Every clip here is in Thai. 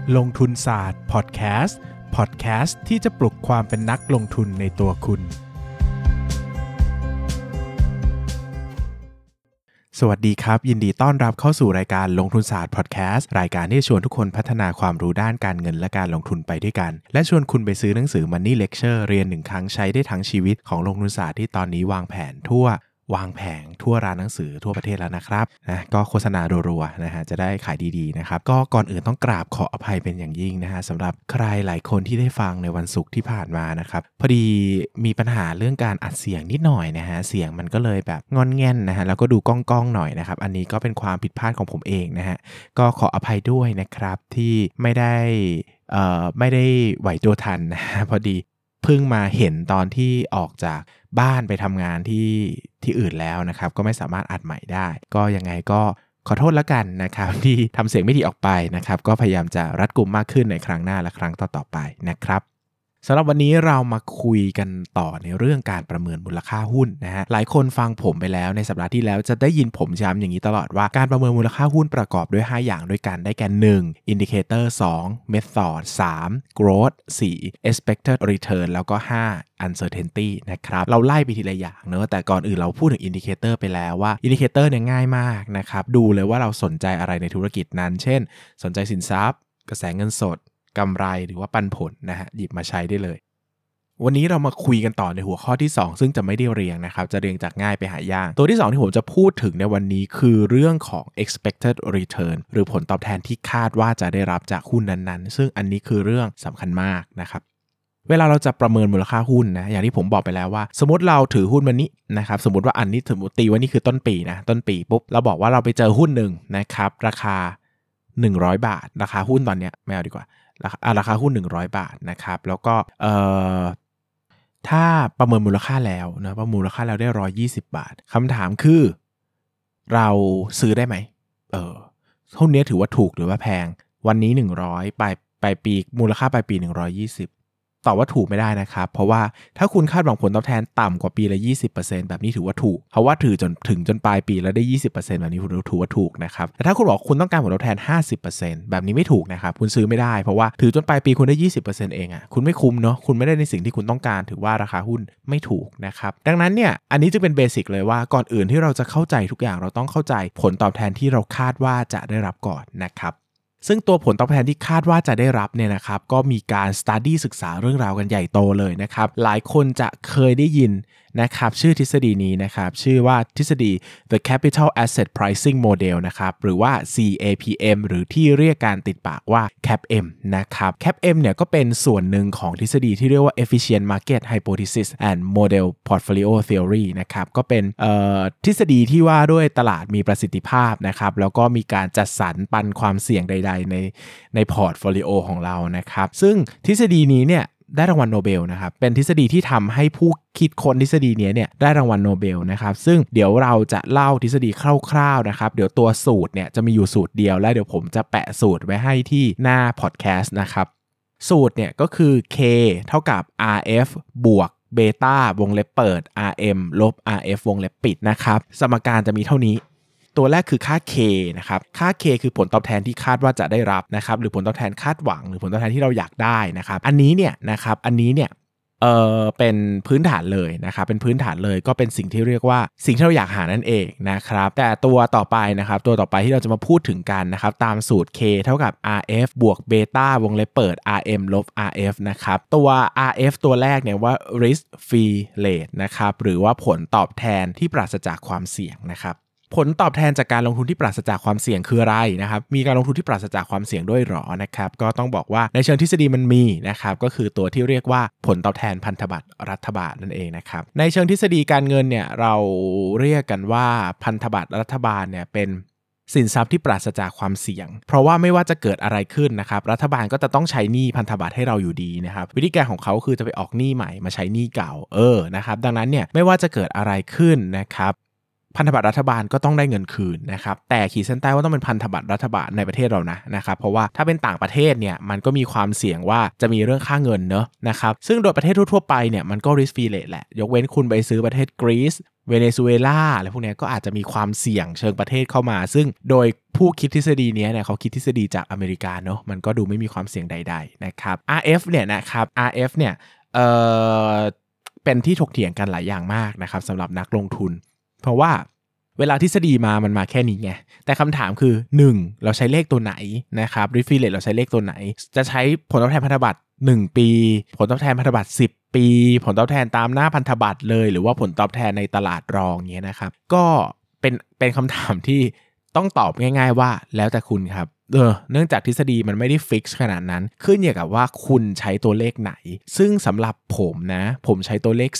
ลงทุนศาสตร์พอดแคสต์ที่จะปลุกความเป็นนักลงทุนในตัวคุณสวัสดีครับยินดีต้อนรับเข้าสู่รายการลงทุนศาสตร์พอดแคสต์รายการที่ชวนทุกคนพัฒนาความรู้ด้านการเงินและการลงทุนไปด้วยกันและชวนคุณไปซื้อหนังสือ Money Lecture เรียน1ครั้งใช้ได้ทั้งชีวิตของลงทุนศาสตร์ที่ตอนนี้วางแผงทั่วร้านหนังสือทั่วประเทศแล้วนะครับก็โฆษณารัวๆนะฮะจะได้ขายดีๆนะครับก็ก่อนอื่นต้องกราบขออภัยเป็นอย่างยิ่งนะฮะสำหรับใครหลายคนที่ได้ฟังในวันศุกร์ที่ผ่านมานะครับพอดีมีปัญหาเรื่องการอัดเสียงนิดหน่อยนะฮะเสียงมันก็เลยแบบงอนแง่นนะฮะแล้วก็ดูก้องๆหน่อยนะครับอันนี้ก็เป็นความผิดพลาดของผมเองนะฮะก็ขออภัยด้วยนะครับที่ไม่ได้ไหวตัวทันนะพอดีเพิ่งมาเห็นตอนที่ออกจากบ้านไปทำงานที่อื่นแล้วนะครับก็ไม่สามารถอัดใหม่ได้ก็ยังไงก็ขอโทษแล้วกันนะครับที่ทำเสียงไม่ดีออกไปนะครับก็พยายามจะรัดกุมมากขึ้นในครั้งหน้าและครั้งต่อๆไปนะครับสำหรับวันนี้เรามาคุยกันต่อในเรื่องการประเมินมูลค่าหุ้นนะฮะหลายคนฟังผมไปแล้วในสัปดาห์ที่แล้วจะได้ยินผมย้ำอย่างนี้ตลอดว่าการประเมินมูลค่าหุ้นประกอบด้วย5อย่างด้วยกันได้แก่1 Indicator 2 Method 3 Growth 4 Expected Return แล้วก็5 Uncertainty นะครับเราไล่ไปทีละอย่างเนอะแต่ก่อนอื่นเราพูดถึง Indicator ไปแล้วว่า Indicator เนี่ยง่ายมากนะครับดูเลยว่าเราสนใจอะไรในธุรกิจนั้นเช่นสนใจสินทรัพย์กระแสเงินสดกำไรหรือว่าปันผลนะฮะหยิบมาใช้ได้เลยวันนี้เรามาคุยกันต่อในหัวข้อที่2ซึ่งจะไม่ได้เรียงนะครับจะเรียงจากง่ายไปหายากตัวที่2ที่ผมจะพูดถึงในวันนี้คือเรื่องของ expected return หรือผลตอบแทนที่คาดว่าจะได้รับจากหุ้นนั้นๆซึ่งอันนี้คือเรื่องสำคัญมากนะครับเวลาเราจะประเมินมูลค่าหุ้นนะอย่างที่ผมบอกไปแล้วว่าสมมติเราถือหุ้นวันนี้นะครับสมมติว่าอันนี้สมมติตีว่านี่คือต้นปีนะต้นปีปุ๊บเราบอกว่าเราไปเจอหุ้นหนึ่งนะครับราคา100 บาทราคาหุ้นตอนเนี้ยไม่เอาดีกว่าราคาหุ้น100 บาทนะครับแล้วก็ถ้าประเมินมูลค่าแล้วนะประเมินมูลค่าแล้วได้120 บาทคำถามคือเราซื้อได้ไหมหุ้นนี้ถือว่าถูกหรือว่าแพงวันนี้100ปลายปีมูลค่าปลายปี120ตอบว่าถูกไม่ได้นะครับเพราะว่าถ้าคุณคาดหวังผลตอบแทนต่ำกว่าปีละ 20% แบบนี้ถือว่าถูกเพราะว่าถือจนปลายปีแล้วได้ 20% แบบนี้ถือว่าถูกนะครับแต่ถ้าคุณบอกคุณต้องการผลตอบแทน 50% แบบนี้ไม่ถูกนะครับคุณซื้อไม่ได้เพราะว่าถือจนปลายปีคุณได้ 20% เองอ่ะคุณไม่คุ้มเนาะคุณไม่ได้ในสิ่งที่คุณต้องการถือว่าราคาหุ้นไม่ถูกนะครับดังนั้นเนี่ยอันนี้จึงเป็นเบสิกเลยว่าก่อนอื่นที่เราจะเข้าใจทุกอย่างเราต้องเข้าใจผลตอบแทนที่เราคาดว่าจะได้รับก่อนนะครับซึ่งตัวผลตอบแทนที่คาดว่าจะได้รับเนี่ยนะครับก็มีการสตั๊ดดี้ศึกษาเรื่องราวกันใหญ่โตเลยนะครับหลายคนจะเคยได้ยินนะครับชื่อทฤษฎีนี้นะครับชื่อว่าทฤษฎี The Capital Asset Pricing Model นะครับหรือว่า CAPM หรือที่เรียกการติดปากว่า CAPM นะครับ CAPM เนี่ยก็เป็นส่วนหนึ่งของทฤษฎีที่เรียกว่า Efficient Market Hypothesis and Model Portfolio Theory นะครับก็เป็นทฤษฎีที่ว่าด้วยตลาดมีประสิทธิภาพนะครับแล้วก็มีการจัดสรรปันความเสี่ยงใดๆในพอร์ตโฟลิโอของเรานะครับซึ่งทฤษฎีนี้เนี่ยได้รางวัลโนเบลนะครับเป็นทฤษฎีที่ทำให้ผู้คิดค้นทฤษฎีนี้เนี่ยได้รางวัลโนเบลนะครับซึ่งเดี๋ยวเราจะเล่าทฤษฎีคร่าวๆนะครับเดี๋ยวตัวสูตรเนี่ยจะมีอยู่สูตรเดียวและเดี๋ยวผมจะแปะสูตรไว้ให้ที่หน้าพอดแคสต์นะครับสูตรเนี่ยก็คือ K เท่ากับ RF บวกเบต้าวงเล็บเปิด RM ลบ RF วงเล็บปิดนะครับสมการจะมีเท่านี้ตัวแรกคือค่า K นะครับค่า K คือผลตอบแทนที่คาดว่าจะได้รับนะครับหรือผลตอบแทนคาดหวังหรือผลตอบแทนที่เราอยากได้นะครับอันนี้เนี่ยเป็นพื้นฐานเลยนะครับเป็นพื้นฐานเลยก็เป็นสิ่งที่เรียกว่าสิ่งที่เราอยากหานั่นเองนะครับแต่ตัวต่อไปนะครับตัวต่อไปที่เราจะมาพูดถึงกันนะครับตามสูตร K เท่ากับ RF บวกเบต้าวงเล็บเปิด RM ลบ RF นะครับตัว RF ตัวแรกเนี่ยว่า risk free rate นะครับหรือว่าผลตอบแทนที่ปราศจากความเสี่ยงนะครับผลตอบแทนจากการลงทุนที่ปราศจากความเสี่ยงคืออะไรนะครับมีการลงทุนที่ปราศจากความเสี่ยงด้วยหรอนะครับก็ต้องบอกว่าในเชิงทฤษฎีมันมีนะครับก็คือตัวที่เรียกว่าผลตอบแทนพันธบัตรรัฐบาลนั่นเองนะครับในเชิงทฤษฎีการเงินเนี่ยเราเรียกกันว่าพันธบัตรรัฐบาลเนี่ยเป็นสินทรัพย์ที่ปราศจากความเสี่ยงเพราะว่าไม่ว่าจะเกิดอะไรขึ้นนะครับรัฐบาลก็จะต้องใช้หนี้พันธบัตรให้เราอยู่ดีนะครับวิธีการของเขาคือจะไปออกหนี้ใหม่มาใช้หนี้เก่านะครับดังนั้นเนี่ยไม่ว่าจะเกิดอะไรขึ้นนะครับพันธบัตรรัฐบาลก็ต้องได้เงินคืนนะครับแต่ขีดเส้นใต้ว่าต้องเป็นพันธบัตรรัฐบาลในประเทศเรานะครับเพราะว่าถ้าเป็นต่างประเทศเนี่ยมันก็มีความเสี่ยงว่าจะมีเรื่องค่าเงินเนอะนะครับซึ่งโดยประเทศทั่วๆไปเนี่ยมันก็ risk free rate แหละยกเว้นคุณไปซื้อประเทศกรีซเวเนซุเอลาอะไรพวกนี้ก็อาจจะมีความเสี่ยงเชิงประเทศเข้ามาซึ่งโดยผู้คิดทฤษฎีนี้เนี่ยเขาคิดทฤษฎีจากอเมริกาเนอะมันก็ดูไม่มีความเสี่ยงใดๆนะครับ RF เนี่ยนะครับ RF เนี่ยเป็นที่ถกเถียงกันหลายอย่างมากนะครับสำหรับนักลงทุนเพราะว่าเวลาทฤษฎีมันมาแค่นี้ไงแต่คำถามคือ1เราใช้เลขตัวไหนนะครับ risk free rate เราใช้เลขตัวไหนจะใช้ผลตอบแทนพันธบัตร1ปีผลตอบแทนพันธบัตร10ปีผลตอบแทนตามหน้าพันธบัตรเลยหรือว่าผลตอบแทนในตลาดรองเงี้ยนะครับก็เป็นคำถามที่ต้องตอบง่ายๆว่าแล้วแต่คุณครับเนื่องจากทฤษฎีมันไม่ได้ฟิกซ์ขนาดนั้นขึ้นอยู่กับว่าคุณใช้ตัวเลขไหนซึ่งสำหรับผมใช้ตัวเลข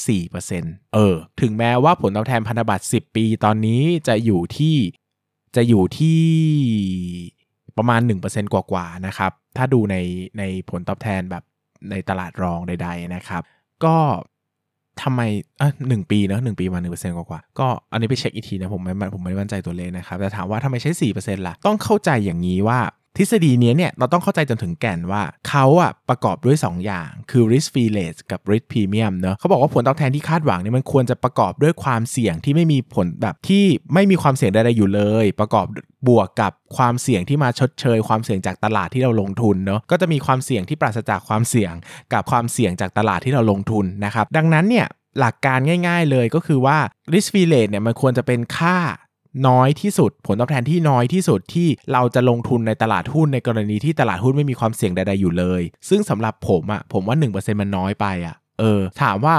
4% ถึงแม้ว่าผลตอบแทนพันธบัตร10ปีตอนนี้จะอยู่ที่ประมาณ 1% กว่าๆนะครับถ้าดูในผลตอบแทนแบบในตลาดรองใดๆนะครับก็ทำไม1ปีเนอะ1ปีมา 1% กว่าๆก็อันนี้ไปเช็คอีกทีนะผมไม่มั่นใจตัวเลขนะครับแต่ถามว่าทำไมใช้ 4% ล่ะต้องเข้าใจอย่างนี้ว่าทฤษฎีนี้เนี่ยเราต้องเข้าใจจนถึงแก่นว่าเขาประกอบด้วย2อย่างคือ risk free rate กับ risk premium เนอะเขาบอกว่าผลตอบแทนที่คาดหวังเนี่ยมันควรจะประกอบด้วยความเสี่ยงที่ไม่มีผลแบบที่ไม่มีความเสี่ยงใดๆอยู่เลยประกอบบวกกับความเสี่ยงที่มาชดเชยความเสี่ยงจากตลาดที่เราลงทุนเนอะก็จะมีความเสี่ยงที่ปราศจากความเสี่ยงกับความเสี่ยงจากตลาดที่เราลงทุนนะครับดังนั้นเนี่ยหลักการง่ายๆเลยก็คือว่า risk free rate เนี่ยมันควรจะเป็นค่าน้อยที่สุดผลตอบแทนที่น้อยที่สุดที่เราจะลงทุนในตลาดหุ้นในกรณีที่ตลาดหุ้นไม่มีความเสี่ยงใดๆอยู่เลยซึ่งสำหรับผมว่า 1% มันน้อยไปถามว่า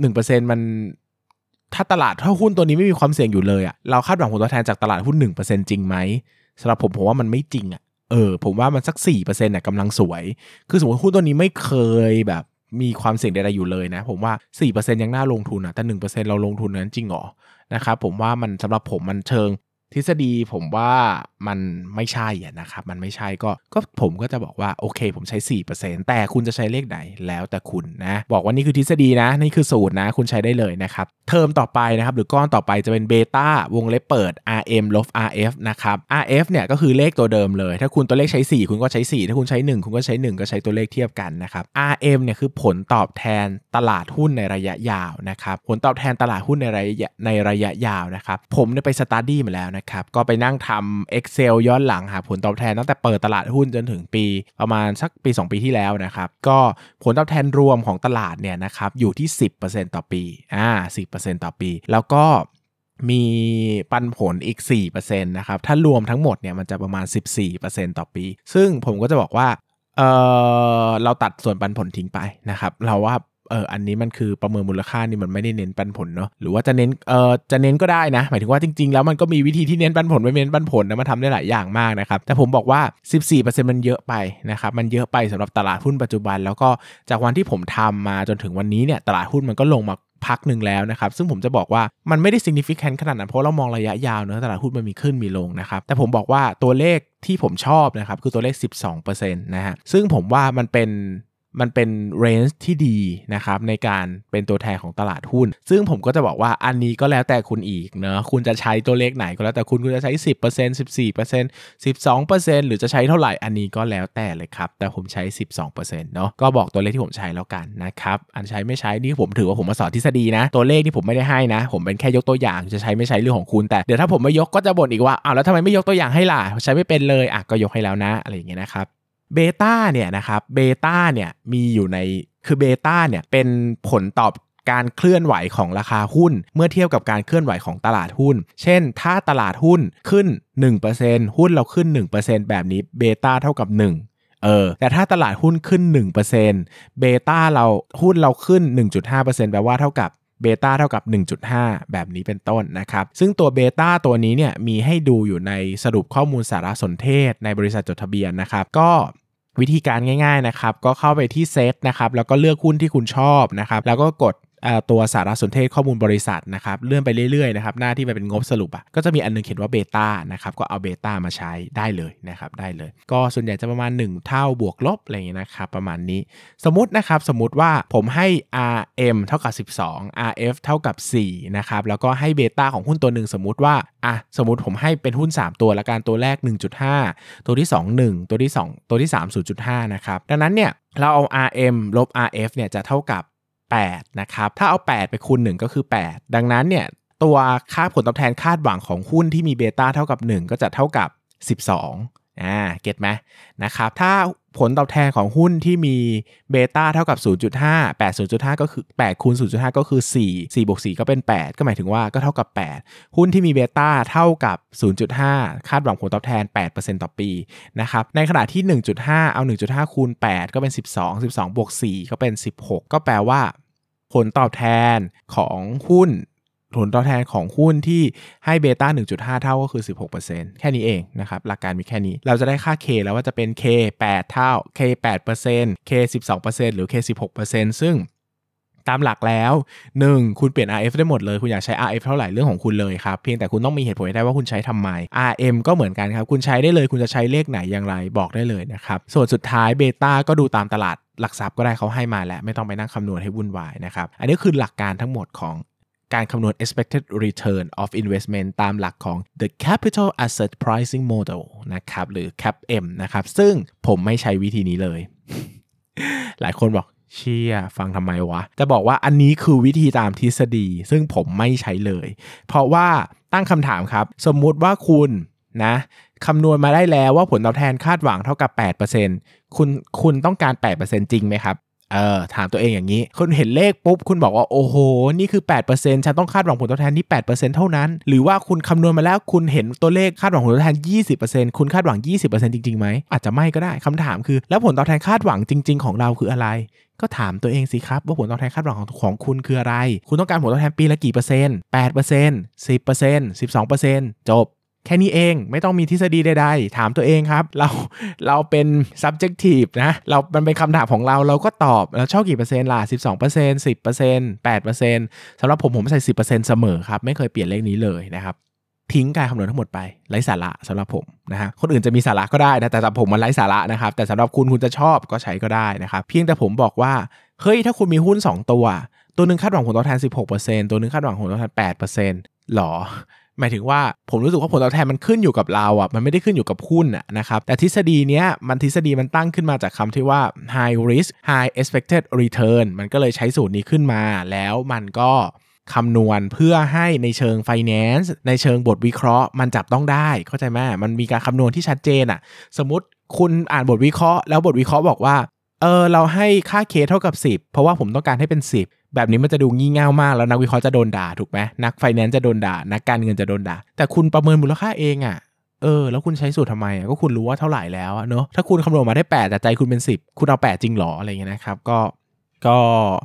1% มันถ้าหุ้นตัวนี้ไม่มีความเสี่ยงอยู่เลยเราคาดหวังผลตอบแทนจากตลาดหุ้น 1% จริงไหมสำหรับผมว่ามันไม่จริงผมว่ามันสัก 4% กำลังสวยคือสมมติหุ้นตัวนี้ไม่เคยแบบมีความเสี่ยงใดๆอยู่เลยนะผมว่า 4% ยังน่าลงทุนแต่ 1% เราลงทุนนั้นจริงหรอนะครับผมว่ามันสำหรับผมมันเชิงทฤษฎีผมว่ามันไม่ใช่นะครับมันไม่ใช่ก็ผมก็จะบอกว่าโอเคผมใช้ 4% แต่คุณจะใช้เลขไหนแล้วแต่คุณนะบอกว่านี่คือทฤษฎีนะนี่คือสูตรนะคุณใช้ได้เลยนะครับเทอมต่อไปนะครับหรือก้อนต่อไปจะเป็นเบต้าวงเล็บเปิด RM ลบ RF นะครับ RF เนี่ยก็คือเลขตัวเดิมเลยถ้าคุณตัวเลขใช้4คุณก็ใช้4ถ้าคุณใช้1คุณก็ใช้1ก็ใช้ตัวเลขเทียบกันนะครับ RM เนี่ยคือผลตอบแทนตลาดหุ้นในระยะยาวนะครับผลตอบแทนตลาดหุ้นในระยะยาวนะครับผมไปสตั๊ดดี้มาแล้วนะครับก็ไปนั่งทำ Excel ย้อนหลังหาผลตอบแทนตั้งแต่เปิดตลาดหุ้นจนถึงปีประมาณสักปี2ปีที่แล้วนะครับก็ผลตอบแทนรวมของตลาดเนี่ยนะครับอยู่ที่ 10% ต่อปี10% ต่อปีแล้วก็มีปันผลอีก 4% นะครับถ้ารวมทั้งหมดเนี่ยมันจะประมาณ 14% ต่อปีซึ่งผมก็จะบอกว่าเราตัดส่วนปันผลทิ้งไปนะครับเราว่าอันนี้มันคือประเมินมูลค่านี่มันไม่ได้เน้นปันผลเนาะหรือว่าจะเน้นก็ได้นะหมายถึงว่าจริงๆแล้วมันก็มีวิธีที่เน้นปันผลไม่เน้นปันผลนะมันทำได้หลายอย่างมากนะครับแต่ผมบอกว่า 14% มันเยอะไปนะครับมันเยอะไปสำหรับตลาดหุ้นปัจจุบันแล้วก็จากวันที่ผมทำมาจนถึงวันนี้เนี่ยตลาดหุ้นมันก็ลงมาพักหนึ่งแล้วนะครับซึ่งผมจะบอกว่ามันไม่ได้ significant ขนาดนั้นเพราะเรามองระยะยาวเนอะตลาดหุ้นมันมีขึ้นมีลงนะครับแต่ผมบอกว่าตัวเลขที่ผมชอบนะครับคือตัวเลข 12% นะฮะซึ่งผมว่ามันเป็นเรนจ์ที่ดีนะครับในการเป็นตัวแทนของตลาดหุ้นซึ่งผมก็จะบอกว่าอันนี้ก็แล้วแต่คุณอีกเนอะคุณจะใช้ตัวเลขไหนก็แล้วแต่คุณจะใช้ 10% 14% 12% หรือจะใช้เท่าไหร่อันนี้ก็แล้วแต่เลยครับแต่ผมใช้ 12% เนาะก็บอกตัวเลขที่ผมใช้แล้วกันนะครับอันใช้ไม่ใช้นี่ผมถือว่าผมมาสอนทฤษฎีนะตัวเลขที่ผมไม่ได้ให้นะผมเป็นแค่ยกตัวอย่างจะใช้ไม่ใช้เรื่องของคุณแต่เดี๋ยวถ้าผมไม่ยกก็จะบ่นอีกว่าอ้าวแล้วทำไมไม่ยกตัวอย่างให้ล่ะใช้ไม่เป็นเลยก็ยกให้แล้วนะอะไรอย่างเงี้ยนะครับเบต้าเนี่ยนะครับเบต้าเนี่ยมีอยู่ในคือเบต้าเนี่ยเป็นผลตอบการเคลื่อนไหวของราคาหุ้นเมื่อเทียบกับการเคลื่อนไหวของตลาดหุ้นเช่นถ้าตลาดหุ้นขึ้น 1% หุ้นเราขึ้น 1% แบบนี้เบต้าเท่ากับ1แต่ถ้าตลาดหุ้นขึ้น 1% เบต้าหุ้นเราขึ้น 1.5% แปลว่าเท่ากับเบต้าเท่ากับ 1.5 แบบนี้เป็นต้นนะครับซึ่งตัวเบต้าตัวนี้เนี่ยมีให้ดูอยู่ในสรุปข้อมูลสารสนเทศในบริษัทจดทะเบียนนะครับก็วิธีการง่ายๆนะครับก็เข้าไปที่เซตนะครับแล้วก็เลือกหุ้นที่คุณชอบนะครับแล้วก็กดตัวสารสนเทศข้อมูลบริษัทนะครับเลื่อนไปเรื่อยๆนะครับหน้าที่มันเป็นงบสรุปก็จะมีอันนึงเขียนว่าเบต้านะครับก็เอาเบต้ามาใช้ได้เลยนะครับได้เลยก็ส่วนใหญ่จะประมาณ1เท่าบวกลบอะไรอย่างเงี้ยนะครับประมาณนี้สมมติว่าผมให้ RM เท่ากับ12 RF เท่ากับ4นะครับแล้วก็ให้เบต้าของหุ้นตัวหนึ่งสมมติผมให้เป็นหุ้น3ตัวละกันตัวแรก 1.5 ตัวที่2 1ตัวที่2ตัวที่3 0.5 นะครับดังนั้นเนี่ยเราเอา RM ลบ RF เนี่ยจะเท่ากับ8นะครับถ้าเอา8ไปคูณ1ก็คือ8ดังนั้นเนี่ยตัวค่าผลตอบแทนคาดหวังของหุ้นที่มีเบต้าเท่ากับ1ก็จะเท่ากับ12เก็ทไหมนะครับถ้าผลตอบแทนของหุ้นที่มีเบต้าเท่ากับ 0.5 8 0.5 ก็คือ8คูณ 0.5 ก็คือ4 4บวก4ก็เป็น8ก็หมายถึงว่าก็เท่ากับ8หุ้นที่มีเบต้าเท่ากับ 0.5 คาดหวังผลตอบแทน 8% ต่อปีนะครับในขณะที่ 1.5 เอา 1.5 คูณ 8 ก็เป็น12 12บวก4ก็เป็น16ก็แปลว่าผลตอบแทนของหุ้นที่ให้เบต้า 1.5 เท่าก็คือ 16% แค่นี้เองนะครับหลักการมีแค่นี้เราจะได้ค่า K แล้วว่าจะเป็น K 8 เท่า K 8% K 12% หรือ K 16% ซึ่งตามหลักแล้ว1คุณเปลี่ยน RF ได้หมดเลยคุณอยากใช้ RF เท่าไหร่เรื่องของคุณเลยครับเพียงแต่คุณต้องมีเหตุผลให้ได้ว่าคุณใช้ทำไม RM ก็เหมือนกันครับคุณใช้ได้เลยคุณจะใช้เลขไหนอย่างไรบอกได้เลยนะครับส่วนสุดท้ายเบต้าก็ดูตามตลาดหลักทรัพย์ก็ได้เขาให้มาแล้วไม่ต้องไปนั่งคำนวณให้วุ่นวายนะครับอันนี้คือหลักการทั้งหมดของการคำนวณ expected return of investment ตามหลักของ the capital asset pricing model นะครับหรือ CAPM นะครับซึ่งผมไม่ใช้วิธีนี้เลย หลายคนบอกเชี่ยฟังทำไมวะจะบอกว่าอันนี้คือวิธีตามทฤษฎีซึ่งผมไม่ใช้เลยเพราะว่าตั้งคำถามครับสมมุติว่าคุณนะคำนวณมาได้แล้วว่าผลตอบแทนคาดหวังเท่ากับ 8% คุณต้องการ 8% จริงไหมครับถามตัวเองอย่างนี้คุณเห็นเลขปุ๊บคุณบอกว่าโอ้โหนี่คือ 8% ฉันต้องคาดหวังผลตอบแทนที่ 8% เท่านั้นหรือว่าคุณคำนวณมาแล้วคุณเห็นตัวเลขคาดหวังผลตอบแทน 20% คุณคาดหวัง 20% จริงๆไหมอาจจะไม่ก็ได้คำถามคือแล้วผลตอบแทนคาดหวังจริงๆของเราคืออะไรก็ถามตัวเองสิครับว่าผลตอบแทนคาดหวังของคุณคืออะไรคุณต้องการผลตอบแทนปีละกี่เปอร์เซ็นต์ 8% 10% 12% จบแค่นี้เองไม่ต้องมีทฤษฎีใดๆถามตัวเองครับเราเป็น subjective นะมันเป็นคำถามของเราก็ตอบแล้วชอบกี่เปอร์เซ็นต์ล่ะ 12% 10% 8% สำหรับผมใส่ 10% เสมอครับไม่เคยเปลี่ยนเลขนี้เลยนะครับทิ้งการคำนวณทั้งหมดไปไร้สาระสำหรับผมนะฮะคนอื่นจะมีสาระก็ได้นะแต่สำหรับผมมันไร้สาระนะครับแต่สำหรับคุณจะชอบก็ใช้ก็ได้นะครับเพียงแต่ผมบอกว่าเฮ้ยถ้าคุณมีหุ้น2ตัวนึงคาดหวังผลตอบแทน 16% ตัวนึงคาดหวังผลตอบแทน 8% หรอหมายถึงว่าผมรู้สึกว่าผลตอบแทนมันขึ้นอยู่กับเรามันไม่ได้ขึ้นอยู่กับหุ้นนะครับแต่ทฤษฎีเนี้ยทฤษฎีมันตั้งขึ้นมาจากคำที่ว่า high risk high expected return มันก็เลยใช้สูตรนี้ขึ้นมาแล้วมันก็คำนวณเพื่อให้ในเชิง finance ในเชิงบทวิเคราะห์มันจับต้องได้เข้าใจไหมมันมีการคำนวณที่ชัดเจนสมมติคุณอ่านบทวิเคราะห์แล้วบทวิเคราะห์บอกว่าเราให้ค่า K เท่ากับ10เพราะว่าผมต้องการให้เป็น10แบบนี้มันจะดูงี่เง่ามากแล้วนักวิเคราะห์จะโดนด่าถูกไหมนักไฟแนนซ์จะโดนด่านักการเงินจะโดนด่าแต่คุณประเมินมูลค่าเองแล้วคุณใช้สูตรทำไมก็คุณรู้ว่าเท่าไหร่แล้วเนอะถ้าคุณคำนวณมาได้8แต่ใจคุณเป็น10คุณเอา8จริงหรออะไรเงี้ยนะครับก็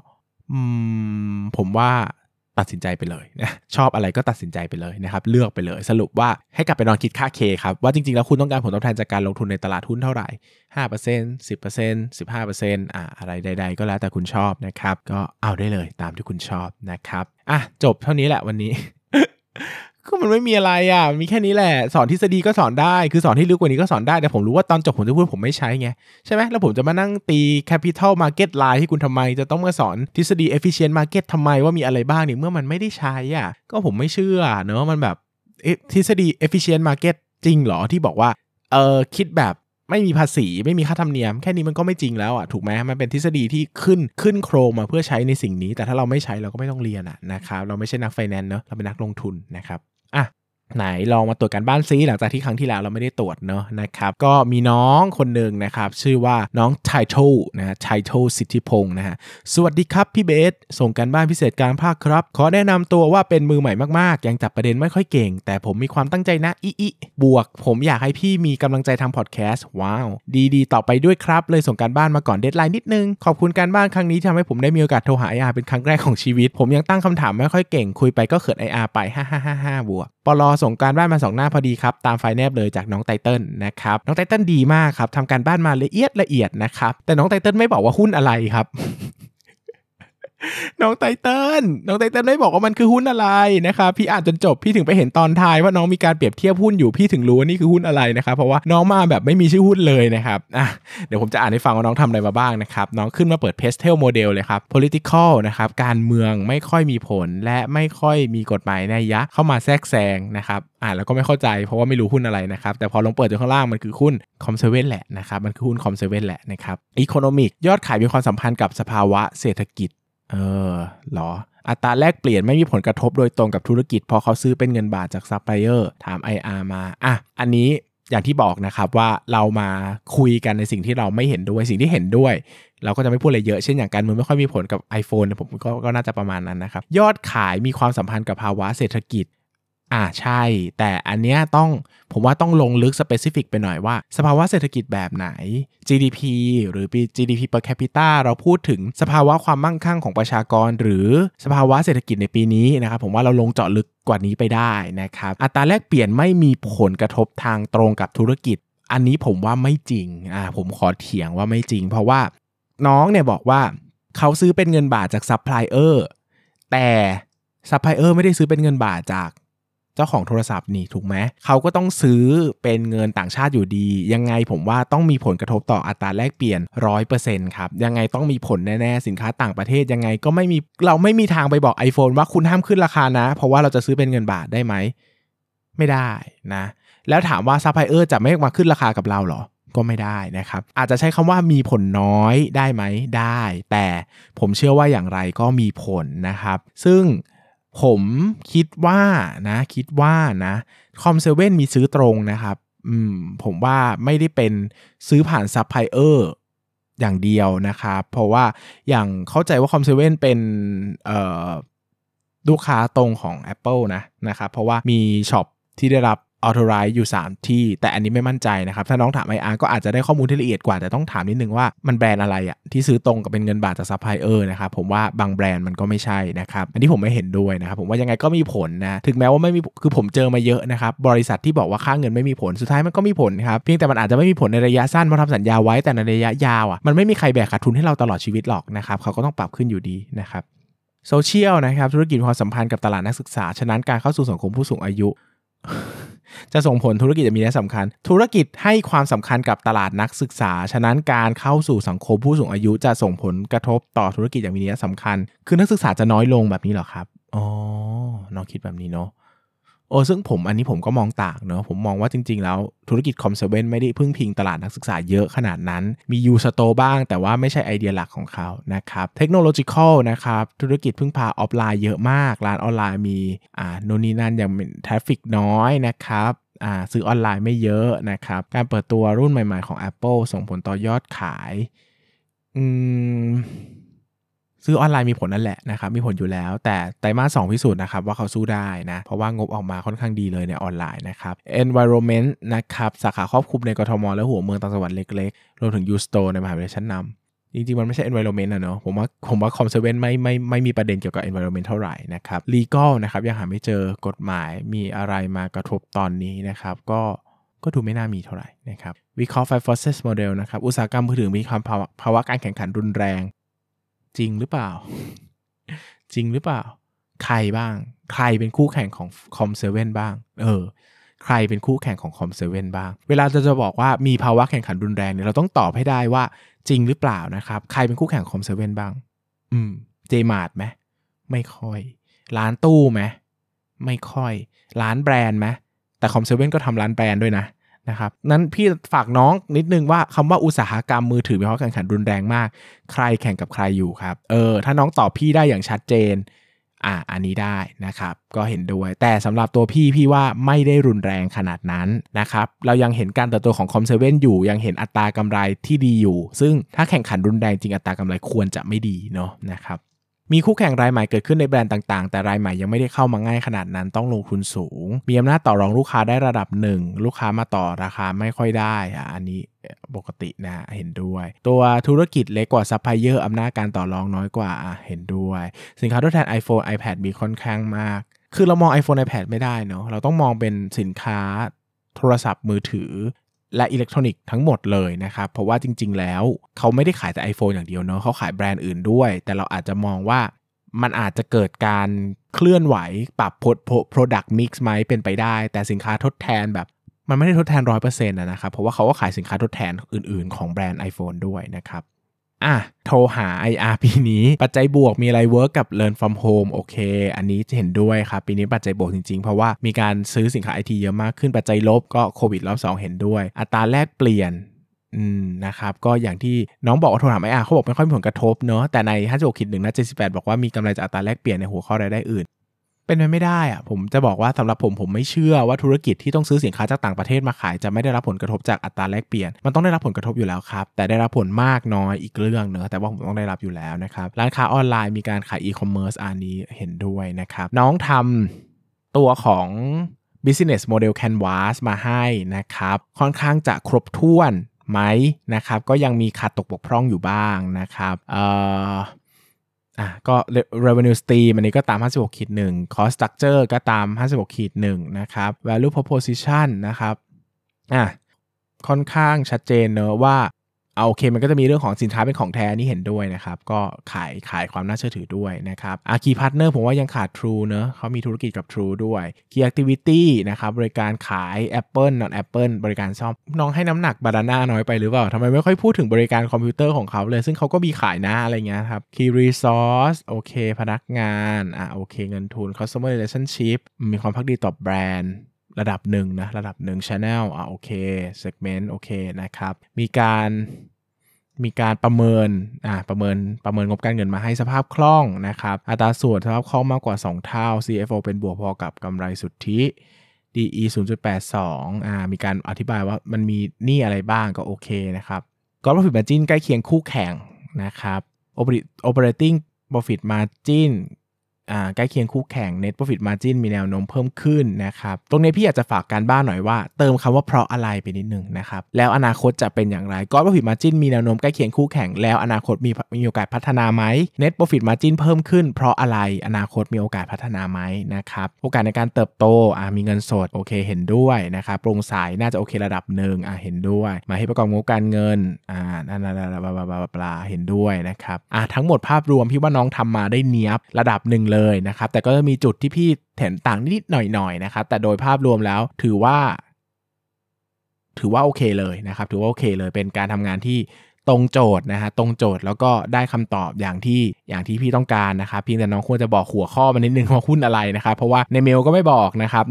ผมว่าตัดสินใจไปเลยนะชอบอะไรก็ตัดสินใจไปเลยนะครับเลือกไปเลยสรุปว่าให้กลับไปนอนคิดค่า K ครับว่าจริงๆแล้วคุณต้องการผลตอบแทนจากการลงทุนในตลาดหุ้นเท่าไหร่ 5% 10% 15% อะไรใดๆก็แล้วแต่คุณชอบนะครับก็เอาได้เลยตามที่คุณชอบนะครับจบเท่านี้แหละวันนี้ ก็มันไม่มีอะไรมีแค่นี้แหละสอนทฤษฎีก็สอนได้คือสอนที่ลึกกว่านี้ก็สอนได้แต่ผมรู้ว่าตอนจบผมจะพูดผมไม่ใช้ไงใช่ไหมแล้วผมจะมานั่งตี capital market line ให้คุณทำไมจะต้องมาสอนทฤษฎี efficient market ทำไมว่ามีอะไรบ้างเนี่ยเมื่อมันไม่ได้ใช้ก็ผมไม่เชื่อเนอะมันแบบทฤษฎี efficient market จริงเหรอที่บอกว่าคิดแบบไม่มีภาษีไม่มีค่าธรรมเนียมแค่นี้มันก็ไม่จริงแล้วถูกไหมมันเป็นทฤษฎีที่ขึ้นโครงมาเพื่อใช้ในสิ่งนี้แต่ถ้าเราไม่ใช้เราก็ไม่ต้องเรียนนะครับเราไม่ใช่นักไฟแนนซ์เนอะเราเป็นนักลงทุนนะครับไหนลองมาตรวจการบ้านซิหลังจากที่ครั้งที่แล้วเราไม่ได้ตรวจเนอะนะครับก็มีน้องคนหนึ่งนะครับชื่อว่าน้องไทโต้ไทโต้สิทธิพงศ์นะฮะสวัสดีครับพี่เบสส่งการบ้านพิเศษกลางภาคครับขอแนะนำตัวว่าเป็นมือใหม่มากๆยังจับประเด็นไม่ค่อยเก่งแต่ผมมีความตั้งใจนะบวกผมอยากให้พี่มีกำลังใจทำพอดแคสต์ว้าวดีต่อไปด้วยครับเลยส่งการบ้านมาก่อนเดดไลน์นิดนึงขอบคุณการบ้านครั้งนี้ที่ทำให้ผมได้มีโอกาสโทรหา IR เป็นครั้งแรกของชีวิตผมยังตั้งคำถามไม่ค่อยเก่งคุยไปก็เขิน IR ไป5555บวกปลส่งการบ้านมา2หน้าพอดีครับตามไฟล์แนบเลยจากน้องไตเติ้ลนะครับน้องไตเติ้ลดีมากครับทำการบ้านมาละเอียดนะครับแต่น้องไตเติ้ลไม่บอกว่าหุ้นอะไรครับน้องไตเติ้ลไม่บอกว่ามันคือหุ้นอะไรนะครับพี่อ่านจนจบพี่ถึงไปเห็นตอนท้ายว่าน้องมีการเปรียบเทียบหุ้นอยู่พี่ถึงรู้ว่านี่คือหุ้นอะไรนะครับเพราะว่าน้องมาแบบไม่มีชื่อหุ้นเลยนะครับเดี๋ยวผมจะอ่านให้ฟังว่าน้องทำอะไรมาบ้างนะครับน้องขึ้นมาเปิด Pastel Model เลยครับ political นะครับการเมืองไม่ค่อยมีผลและไม่ค่อยมีกฎหมายนัยยะเข้ามาแทรกแซงนะครับแล้วก็ไม่เข้าใจเพราะว่าไม่รู้หุ้นอะไรนะครับแต่พอลองเปิดดูข้างล่างมันคือหุ้นคอมเซเว่นแหละนะครับมันคือหุ้นคอมเซเว่นแหละนะครับ Economic ยอดขายมีความสัมพันธ์กับสภาวะเศรษฐกิจหรออัตราแลกเปลี่ยนไม่มีผลกระทบโดยตรงกับธุรกิจพอเขาซื้อเป็นเงินบาทจากซัพพลายเออร์ถาม IR มาอันนี้อย่างที่บอกนะครับว่าเรามาคุยกันในสิ่งที่เราไม่เห็นด้วยสิ่งที่เห็นด้วยเราก็จะไม่พูดอะไรเยอะเช่นอย่างการเมืองไม่ค่อยมีผลกับ iPhone ผมก็น่าจะประมาณนั้นนะครับยอดขายมีความสัมพันธ์กับภาวะเศรษฐกิจใช่แต่อันเนี้ยผมว่าต้องลงลึก specific ไปหน่อยว่าสภาวะเศรษฐกิจแบบไหน GDP หรือ GDP per capita เราพูดถึงสภาวะความมั่งคั่งของประชากรหรือสภาวะเศรษฐกิจในปีนี้นะครับผมว่าเราลงเจาะลึกกว่านี้ไปได้นะครับอัตราแลกเปลี่ยนไม่มีผลกระทบทางตรงกับธุรกิจอันนี้ผมว่าไม่จริงผมขอเถียงว่าไม่จริงเพราะว่าน้องเนี่ยบอกว่าเขาซื้อเป็นเงินบาทจากซัพพลายเออร์แต่ซัพพลายเออร์ไม่ได้ซื้อเป็นเงินบาทจากเจ้าของโทรศัพท์นี่ถูกไหมเขาก็ต้องซื้อเป็นเงินต่างชาติอยู่ดียังไงผมว่าต้องมีผลกระทบต่ออัตราแลกเปลี่ยน 100% ครับยังไงต้องมีผลแน่ๆสินค้าต่างประเทศยังไงก็เราไม่มีทางไปบอก iPhone ว่าคุณห้ามขึ้นราคานะเพราะว่าเราจะซื้อเป็นเงินบาทได้ไหมไม่ได้นะแล้วถามว่าซัพพลายเออร์จะไม่มาขึ้นราคากับเราหรอก็ไม่ได้นะครับอาจจะใช้คำว่ามีผลน้อยได้ไหมได้แต่ผมเชื่อว่าอย่างไรก็มีผลนะครับซึ่งผมคิดว่านะคอมเซเว่นมีซื้อตรงนะครับผมว่าไม่ได้เป็นซื้อผ่านซัพพลายเออร์อย่างเดียวนะครับเพราะว่าอย่างเข้าใจว่าคอมเซเว่นเป็นลูกค้าตรงของ Apple นะครับเพราะว่ามีช็อปที่ได้รับauthorize อยู่3ที่แต่อันนี้ไม่มั่นใจนะครับถ้าน้องถาม IR ก็อาจจะได้ข้อมูลที่ละเอียดกว่าแต่ต้องถามนิดนึงว่ามันแบรนด์อะไรที่ซื้อตรงกับเป็นเงินบาทจากซัพพลายเออร์นะครับผมว่าบางแบรนด์มันก็ไม่ใช่นะครับอันนี้ผมไม่เห็นด้วยนะครับผมว่ายังไงก็มีผลนะถึงแม้ว่าไม่มีคือผมเจอมาเยอะนะครับบริษัทที่บอกว่าค่าเงินไม่มีผลสุดท้ายมันก็มีผลครับเพียงแต่มันอาจจะไม่มีผลในระยะสั้นเพราะทำสัญญาไว้แต่ในระยะยาวมันไม่มีใครแบกขาดทุนให้เราตลอดชีวิตหรอกนะครับเขาก็ต้องปรับขึ้นอยู่ดีนะครับโซเชียลนะครับธุรกิจความสัมพันธ์กับตลาดนักศึกษาฉะนั้นการเข้าสู่สังคมผู้สูงอายุจะส่งผลธุรกิจจะมีนัยสำคัญธุรกิจให้ความสำคัญกับตลาดนักศึกษาฉะนั้นการเข้าสู่สังคมผู้สูงอายุจะส่งผลกระทบต่อธุรกิจอย่างมีนัยสำคัญคือนักศึกษาจะน้อยลงแบบนี้เหรอครับน้องคิดแบบนี้เนาะซึ่งอันนี้ผมก็มองต่างเนอะผมมองว่าจริงๆแล้วธุรกิจคอมเซเว่นไม่ได้พึ่งพิงตลาดนักศึกษาเยอะขนาดนั้นมียูสโตบ้างแต่ว่าไม่ใช่ไอเดียหลักของเขานะครับเทคโนโลยีคอลนะครับธุรกิจพึ่งพาออฟไลน์เยอะมากร้านออนไลน์มีโน่นนี่นั่นยังมีทราฟฟิกน้อยนะครับซื้อออนไลน์ไม่เยอะนะครับการเปิดตัวรุ่นใหม่ๆของ Apple ส่งผลต่อยอดขายซื้อออนไลน์มีผลนั่นแหละนะครับมีผลอยู่แล้วแต่ไตรมาส 2พิสูจน์นะครับว่าเขาสู้ได้นะเพราะว่างบออกมาค่อนข้างดีเลยในออนไลน์นะครับ Environment นะครับสาขาครอบคลุมในกทมและหัวเมืองต่างจังหวัดเล็กๆรวมถึง U-Store ในมหาวิทยาลัยชั้นนำจริงๆมันไม่ใช่ environment เนอะผมว่าคอมเซเว่นไม่มีประเด็นเกี่ยวกับ environment เท่าไหร่นะครับ legal นะครับยังหาไม่เจอกฎหมายมีอะไรมากระทบตอนนี้นะครับก็ดูไม่น่ามีเท่าไหร่นะครับวิเคราะห์ Five Forces Model นะครับอุตสาหกรรมมือถือมีความภาวะการแข่งขันรุนแรงจริงหรือเปล่า ใครบ้างใครเป็นคู่แข่งของคอมเซเว่นบ้างใครเป็นคู่แข่งของคอมเซเว่นบ้างเวลาจะบอกว่ามีภาวะแข่งขันรุนแรงเนี่ยเราต้องตอบให้ได้ว่าจริงหรือเปล่านะครับใครเป็นคู่แข่งคอมเซเว่นบ้างเจมาร์ทไหมไม่ค่อยร้านตู้ไหมไม่ค่อยร้านแบรนด์ไหมแต่คอมเซเว่นก็ทำร้านแบรนด์ด้วยนะครับนั้นพี่ฝากน้องนิดนึงว่าคำว่าอุตสาหกรรมมือถือมีภาวะแข่งขันรุนแรงมากใครแข่งกับใครอยู่ครับถ้าน้องตอบพี่ได้อย่างชัดเจนอันนี้ได้นะครับก็เห็นด้วยแต่สำหรับตัวพี่ว่าไม่ได้รุนแรงขนาดนั้นนะครับเรายังเห็นการเติบโตของคอมเซเว่นอยู่ยังเห็นอัตรากำไรที่ดีอยู่ซึ่งถ้าแข่งขันรุนแรงจริงอัตรากำไรควรจะไม่ดีเนาะนะครับมีคู่แข่งรายใหม่เกิดขึ้นในแบรนด์ต่างๆแต่รายใหม่ยังไม่ได้เข้ามาง่ายขนาดนั้นต้องลงทุนสูงมีอำนาจต่อรองลูกค้าได้ระดับหนึ่งลูกค้ามาต่อราคาไม่ค่อยได้อันนี้ปกตินะเห็นด้วยตัวธุรกิจเล็กกว่าซัพพลายเออร์อำนาจการต่อรองน้อยกว่าเห็นด้วยสินค้าทดแทน iPhone iPad มีค่อนข้างมากคือเรามอง iPhone iPad ไม่ได้เนาะเราต้องมองเป็นสินค้าโทรศัพท์มือถือและอิเล็กทรอนิกส์ทั้งหมดเลยนะครับเพราะว่าจริงๆแล้วเขาไม่ได้ขายแต่ iPhone อย่างเดียวเนาะเขาขายแบรนด์อื่นด้วยแต่เราอาจจะมองว่ามันอาจจะเกิดการเคลื่อนไหวปรับ product mix ไหมเป็นไปได้แต่สินค้าทดแทนแบบมันไม่ได้ทดแทน 100% นะครับเพราะว่าเขาก็ขายสินค้าทดแทนอื่นๆของแบรนด์ iPhone ด้วยนะครับโทรหา IR ปีนี้ปัจจัยบวกมีอะไรเวิร์กกับ Learn from Home โอเคอันนี้เห็นด้วยครับปีนี้ปัจจัยบวกจริงๆเพราะว่ามีการซื้อสินค้า IT เยอะมากขึ้นปัจจัยลบก็โควิดรอบ2เห็นด้วยอัตราแลกเปลี่ยนนะครับก็อย่างที่น้องบอกว่าโทรถาม IR เขาบอกไม่ค่อยมีผลกระทบเนอะแต่ใน 56-1 นะ 78บอกว่ามีกำไรจากอัตราแลกเปลี่ยนในหัวข้อรายได้อื่นเป็นไปไม่ได้ผมจะบอกว่าสำหรับผมไม่เชื่อว่าธุรกิจที่ต้องซื้อสินค้าจากต่างประเทศมาขายจะไม่ได้รับผลกระทบจากอัตราแลกเปลี่ยนมันต้องได้รับผลกระทบอยู่แล้วครับแต่ได้รับผลมากน้อยอีกเรื่องเนอะแต่ว่าผมต้องได้รับอยู่แล้วนะครับร้านค้าออนไลน์มีการขายอีคอมเมิร์ซอันนี้เห็นด้วยนะครับน้องทำตัวของ business model canvas มาให้นะครับค่อนข้างจะครบถ้วนไหมนะครับก็ยังมีขาดตกบกพร่องอยู่บ้างนะครับก็ revenue stream อันนี้ก็ตาม 56-1 cost structure ก็ตาม 56-1 นะครับ value proposition นะครับค่อนข้างชัดเจนเนอะว่าโอเคมันก็จะมีเรื่องของสินค้าเป็นของแท้นี่เห็นด้วยนะครับก็ขายความน่าเชื่อถือด้วยนะครับkey partner ผมว่ายังขาด True เนอะเขามีธุรกิจกับ True ด้วย key activity นะครับบริการขาย Apple not Apple บริการซ่อมน้องให้น้ำหนัก Banana น้อยไปหรือเปล่าทำไมไม่ค่อยพูดถึงบริการคอมพิวเตอร์ของเขาเลยซึ่งเขาก็มีขายนะอะไรเงี้ยครับ key resource โอเคพนักงานโอเคเงินทุน customer relationship มีความภักดีต่อแบรนด์ระดับหนึ่งนะระดับหนึ่ง channel โอเค segment โอเคนะครับมีการประเมินงบการเงินมาให้สภาพคล่องนะครับอัตราส่วนสภาพคล่องมากกว่า2เท่า CFO เป็นบวกพอกับกำไรสุทธิ DE 0.82 มีการอธิบายว่ามันมีหนี้อะไรบ้างก็โอเคนะครับ Gross Profit Margin ใกล้เคียงคู่แข่งนะครับ Operating Profit Marginใกล้เคียงคู่แข่ง Net Profit Margin มีแนวโน้มเพิ่มขึ้นนะครับตรงนี้พี่อยากจะฝากการบ้านหน่อยว่าเติมคำว่าเพราะอะไรไปนิดนึงนะครับแล้วอนาคตจะเป็นอย่างไร Gross Profit Margin มีแนวโน้มใกล้เคียงคู่แข่งแล้วอนาคตมีโอกาสพัฒนาไหม Net Profit Margin เพิ่มขึ้นเพราะอะไรอนาคตมีโอกาสพัฒนาไหมนะครับโอกาสในการเติบโตมีเงินสดโอเคเห็นด้วยนะครับโปร่งใสน่าจะโอเคระดับหนึ่งเห็นด้วยมาให้ประกอบงบการเงินนั่นเห็นด้วยนะครับทั้งหมดภาพรวมพี่ว่าน้องทำมาได้เนียบระดับหนึ่งเลยนะครับแต่ก็จะมีจุดที่พี่เห็นต่างนิดหน่อยนะครับแต่โดยภาพรวมแล้วถือว่าโอเคเลยนะครับถือว่าโอเคเลยเป็นการทำงานที่ตรงโจทย์นะฮะตรงโจทย์แล้วก็ได้คำตอบอย่างที่พี่ต้องการนะครับเพียงแต่น้องควรจะบอกหัวข้อมานิดนึงว่าหุ้นอะไรนะครับเพราะว่าในเมลก็ไม่บอกนะครับ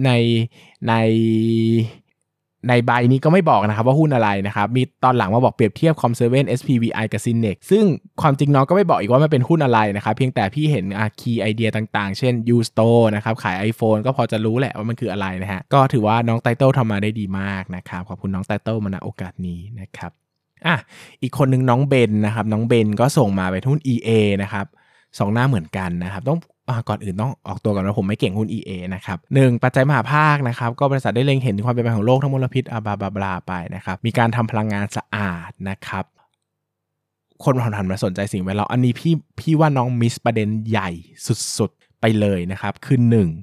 ในใบนี้ก็ไม่บอกนะครับว่าหุ้นอะไรนะครับมีตอนหลังมาบอกเปรียบเทียบ Com7 SPVI กับ Synex ซึ่งความจริงน้องก็ไม่บอกอีกว่ามันเป็นหุ้นอะไรนะครับเพียงแต่พี่เห็นคีย์ไอเดียต่างๆเช่น U-Store นะครับขาย iPhone ก็พอจะรู้แหละว่ามันคืออะไรนะฮะก็ถือว่าน้องไตเติ้ลทำมาได้ดีมากนะครับขอบคุณน้องไตเติ้ลมาณโอกาสนี้นะครับอีกคนนึงน้องเบนนะครับน้องเบนก็ส่งมาไปหุ้น EA นะครับ2หน้าเหมือนกันนะครับต้องก่อนอื่นต้องออกตัวก่อนว่าผมไม่เก่งหุ้น EA นะครับ1ปัจจัยมหาภาคนะครับก็บริษัทได้เล็งเห็นถึงความเปลี่ยนแปลงของโลกทั้งมลพิษบลาไปนะครับมีการทำพลังงานสะอาดนะครับคนหันมาสนใจสิ่งแวดล้อมอันนี้พี่ว่าน้องมิสประเด็นใหญ่สุดๆไปเลยนะครับคือ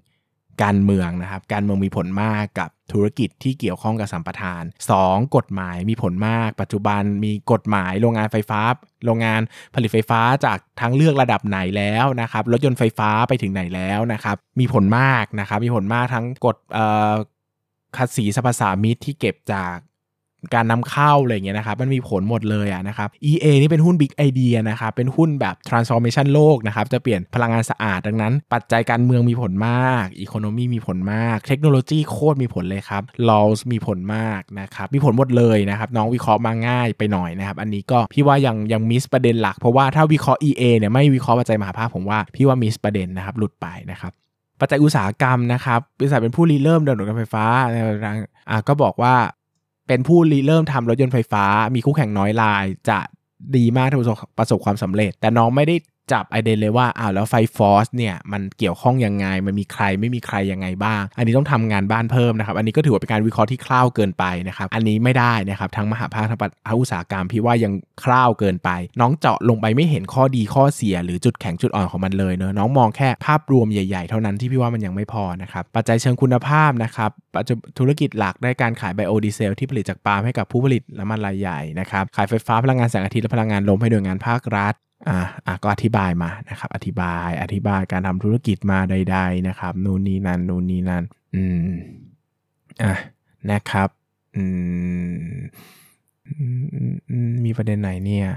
1การเมืองนะครับการเมืองมีผลมากกับธุรกิจที่เกี่ยวข้องกับสัมปทาน2กฎหมายมีผลมากปัจจุบันมีกฎหมายโรงงานผลิตไฟฟ้าจากทางเลือกระดับไหนแล้วนะครับรถยนต์ไฟฟ้าไปถึงไหนแล้วนะครับมีผลมากนะครับมีผลมากทั้งกฎภาษีสรรพสามิตที่เก็บจากการนำเข้าอะไรอย่างเงี้ยนะครับมันมีผลหมดเลยนะครับ EA นี่เป็นหุ้น Big Idea นะครับเป็นหุ้นแบบ Transformation โลกนะครับจะเปลี่ยนพลังงานสะอาดดังนั้นปัจจัยการเมืองมีผลมาก Economy มีผลมากเทคโนโลยีโคตรมีผลเลยครับ Laws มีผลมากนะครับมีผลหมดเลยนะครับน้องวิเคราะห์มาง่ายไปหน่อยนะครับอันนี้ก็พี่ว่ายังมิสประเด็นหลักเพราะว่าถ้าวิเคราะห์ EA เนี่ยไม่วิเคราะห์ปัจจัยมหาภาคผมว่าพี่ว่ามิสประเด็นนะครับหลุดไปนะครับปัจจัยอุตสาหกรรมนะครับบริษัทเป็นผู้ริเริ่มเดินรถไฟฟ้าก็บอกว่าเป็นผู้ริเริ่มทำรถยนต์ไฟฟ้ามีคู่แข่งน้อยรายจะดีมากที่ประสบความสำเร็จแต่น้องไม่ได้จับไอเดนเลยว่าแล้วไฟฟอสเนี่ยมันเกี่ยวข้องยังไงมันมีใครไม่มีใครยังไงบ้างอันนี้ต้องทำงานบ้านเพิ่มนะครับอันนี้ก็ถือว่าเป็นการวิเคราะห์ที่คร่าวเกินไปนะครับอันนี้ไม่ได้นะครับทั้งมหาภาคทั้งอุตสาหกรรมพี่ว่ายังคร่าวเกินไปน้องเจาะลงไปไม่เห็นข้อดีข้อเสียหรือจุดแข็งจุดอ่อนของมันเลยเนอะน้องมองแค่ภาพรวมใหญ่ๆเท่านั้นที่พี่ว่ามันยังไม่พอนะครับปัจจัยเชิงคุณภาพนะครับธุรกิจหลักได้การขายไบโอดีเซลที่ผลิตจากปาล์มให้กับผู้ผลิตน้ำมันรายใหญ่นะครับขายไฟฟ้าพลังงานแสงอาทิตย์และพลังงานลมให้หน่วยงานภาครัฐก็อธิบายมานะครับอธิบายการทำธุรกิจมาใดๆนะครับนู่นนี่นั่นนะครับมีประเด็นไหนเนี่ย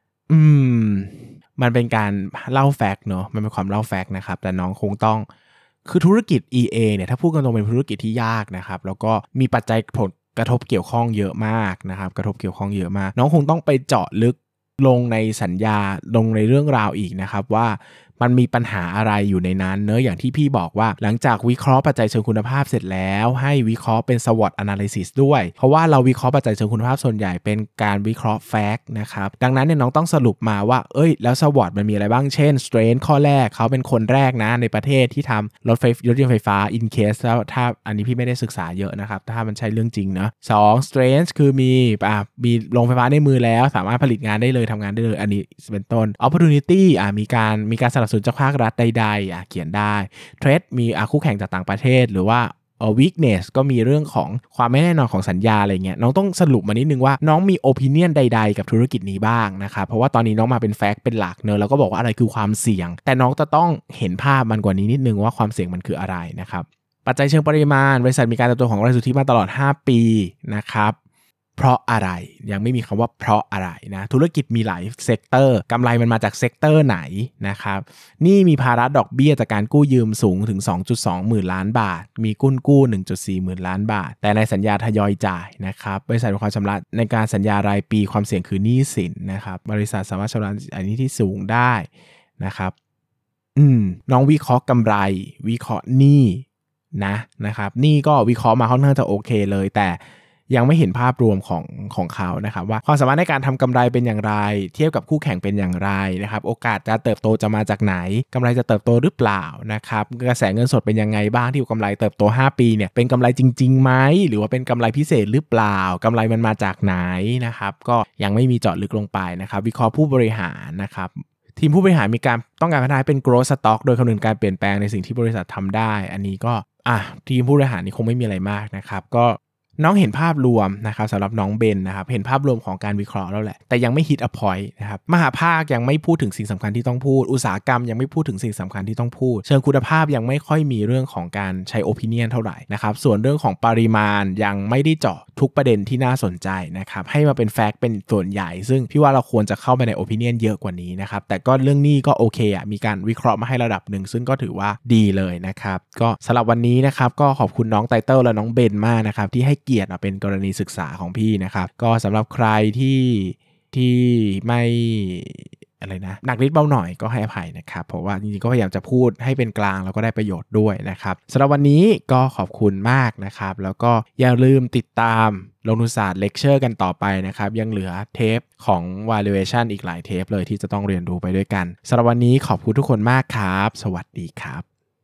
มันเป็นการเล่าแฟกต์เนาะมันเป็นความเล่าแฟกต์นะครับแต่น้องคงต้องคือธุรกิจ EA เนี่ยถ้าพูดกันตรงเป็นธุรกิจที่ยากนะครับแล้วก็มีปัจจัยผลกระทบเกี่ยวข้องเยอะมากนะครับกระทบเกี่ยวข้องเยอะมากน้องคงต้องไปเจาะลึกลงในสัญญาลงในเรื่องราวอีกนะครับว่ามันมีปัญหาอะไรอยู่ในนั้นเนอะอย่างที่พี่บอกว่าหลังจากวิเคราะห์ปัจจัยเชิงคุณภาพเสร็จแล้วให้วิเคราะห์เป็น SWOT analysis ด้วยเพราะว่าเราวิเคราะห์ปัจจัยเชิงคุณภาพส่วนใหญ่เป็นการวิเคราะห์ fact นะครับดังนั้นเนี่ยน้องต้องสรุปมาว่าแล้ว SWOT มันมีอะไรบ้างเช่น strength ข้อแรกเขาเป็นคนแรกนะในประเทศที่ทำรถยนต์ไฟฟ้า in case แล้วถ้าอันนี้พี่ไม่ได้ศึกษาเยอะนะครับถ้ามันใช่เรื่องจริงเนาะ2 strength คือมีโรงไฟฟ้าในมือแล้วสามารถผลิตงานได้เลยทำงานได้เลยอันนี้เป็นต้น opportunity มีการสนับสนุนจากภาครัฐใดๆเขียนได้ threat มีคู่แข่งจากต่างประเทศหรือว่าweakness ก็มีเรื่องของความไม่แน่นอนของสัญญาอะไรเงี้ยน้องต้องสรุปมานิดนึงว่าน้องมี opinion ใดๆกับธุรกิจนี้บ้างนะครับเพราะว่าตอนนี้น้องมาเป็น fact เป็นหลักเนอะแล้วก็บอกว่าอะไรคือความเสี่ยงแต่น้องจะต้องเห็นภาพมันกว่านี้นิดนึงว่าความเสี่ยงมันคืออะไรนะครับปัจจัยเชิงปริมาณบริษัทมีการเติบโตของรายสุทธิมาตลอด5ปีนะครับเพราะอะไรยังไม่มีคำว่าเพราะอะไรนะธุรกิจมีหลายเซกเตอร์กำไรมันมาจากเซกเตอร์ไหนนะครับนี่มีภาระดอกเบี้ยจากการกู้ยืมสูงถึง 2.2 หมื่นล้านบาทมีกู้ 1.4 หมื่นล้านบาทแต่ในสัญญาทยอยจ่ายนะครับบริษัทมีความชำระในการสัญญารายปีความเสี่ยงคือหนี้สินนะครับบริษัทสามารถชำระอันนี้ที่สูงได้นะครับน้องวิเคราะห์กำไรวิเคราะห์หนี้นะครับหนี้ก็วิเคราะห์มาค่อนข้างจะโอเคเลยแต่ยังไม่เห็นภาพรวมของเขานะครับว่าความสามารถในการทำกำไรเป็นอย่างไรเทียบกับคู่แข่งเป็นอย่างไรนะครับโอกาสการเติบโตจะมาจากไหนกำไรจะเติบโตหรือเปล่านะครับกระแสเงินสดเป็นยังไงบ้างที่กำไรเติบโต5ปีเนี่ยเป็นกำไรจริงๆไหมหรือว่าเป็นกำไรพิเศษหรือเปล่ากำไรมันมาจากไหนนะครับก็ยังไม่มีเจาะลึกลงไปนะครับวิเคราะห์ผู้บริหารนะครับทีมผู้บริหารมีการต้องการพัฒนาเป็น growth stock โดยคำนึงการเปลี่ยนแปลงในสิ่งที่บริษัททำได้อันนี้ก็ทีมผู้บริหารนี่คงไม่มีอะไรมากนะครับก็น้องเห็นภาพรวมนะครับสำหรับน้องเบนนะครับเห็นภาพรวมของการวิเคราะห์แล้วแหละแต่ยังไม่ hit a point นะครับมหาภาคยังไม่พูดถึงสิ่งสำคัญที่ต้องพูดอุตสาหกรรมยังไม่พูดถึงสิ่งสำคัญที่ต้องพูดเชิงคุณภาพยังไม่ค่อยมีเรื่องของการใช้ opinion เท่าไหร่นะครับส่วนเรื่องของปริมาณยังไม่ได้เจาะทุกประเด็นที่น่าสนใจนะครับให้มาเป็น fact เป็นส่วนใหญ่ซึ่งพี่ว่าเราควรจะเข้าไปใน opinion เยอะกว่านี้นะครับแต่ก็เรื่องนี้ก็โอเคมีการวิเคราะห์มาให้ระดับหนึ่งซึ่งก็ถือว่าดีเลยนะครับก็สำหรับวันนี้นะครับก็ขอบคุณน้องไตเติ้ลและน้องเบนมากนะครับที่ให้เกียรติมาเป็นกรณีศึกษาของพี่นะครับก็สำหรับใครที่ไม่อะไรนะหนักนิดเบาหน่อยก็ให้อภัยนะครับเพราะว่าจริงๆก็พยายามจะพูดให้เป็นกลางแล้วก็ได้ประโยชน์ด้วยนะครับสำหรับวันนี้ก็ขอบคุณมากนะครับแล้วก็อย่าลืมติดตามลงทุนศาสตร์เลคเชอร์กันต่อไปนะครับยังเหลือเทปของ valuation อีกหลายเทปเลยที่จะต้องเรียนรู้ไปด้วยกันสำหรับวันนี้ขอบคุณทุกคนมากครับสวัสดีครับ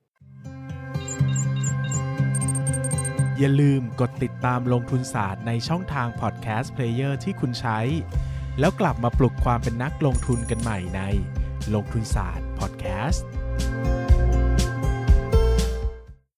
อย่าลืมกดติดตามลงทุนศาสตร์ในช่องทางพอดแคสต์เพลเยอร์ที่คุณใช้แล้วกลับมาปลุกความเป็นนักลงทุนกันใหม่ในลงทุนศาสตร์พอดแคสต์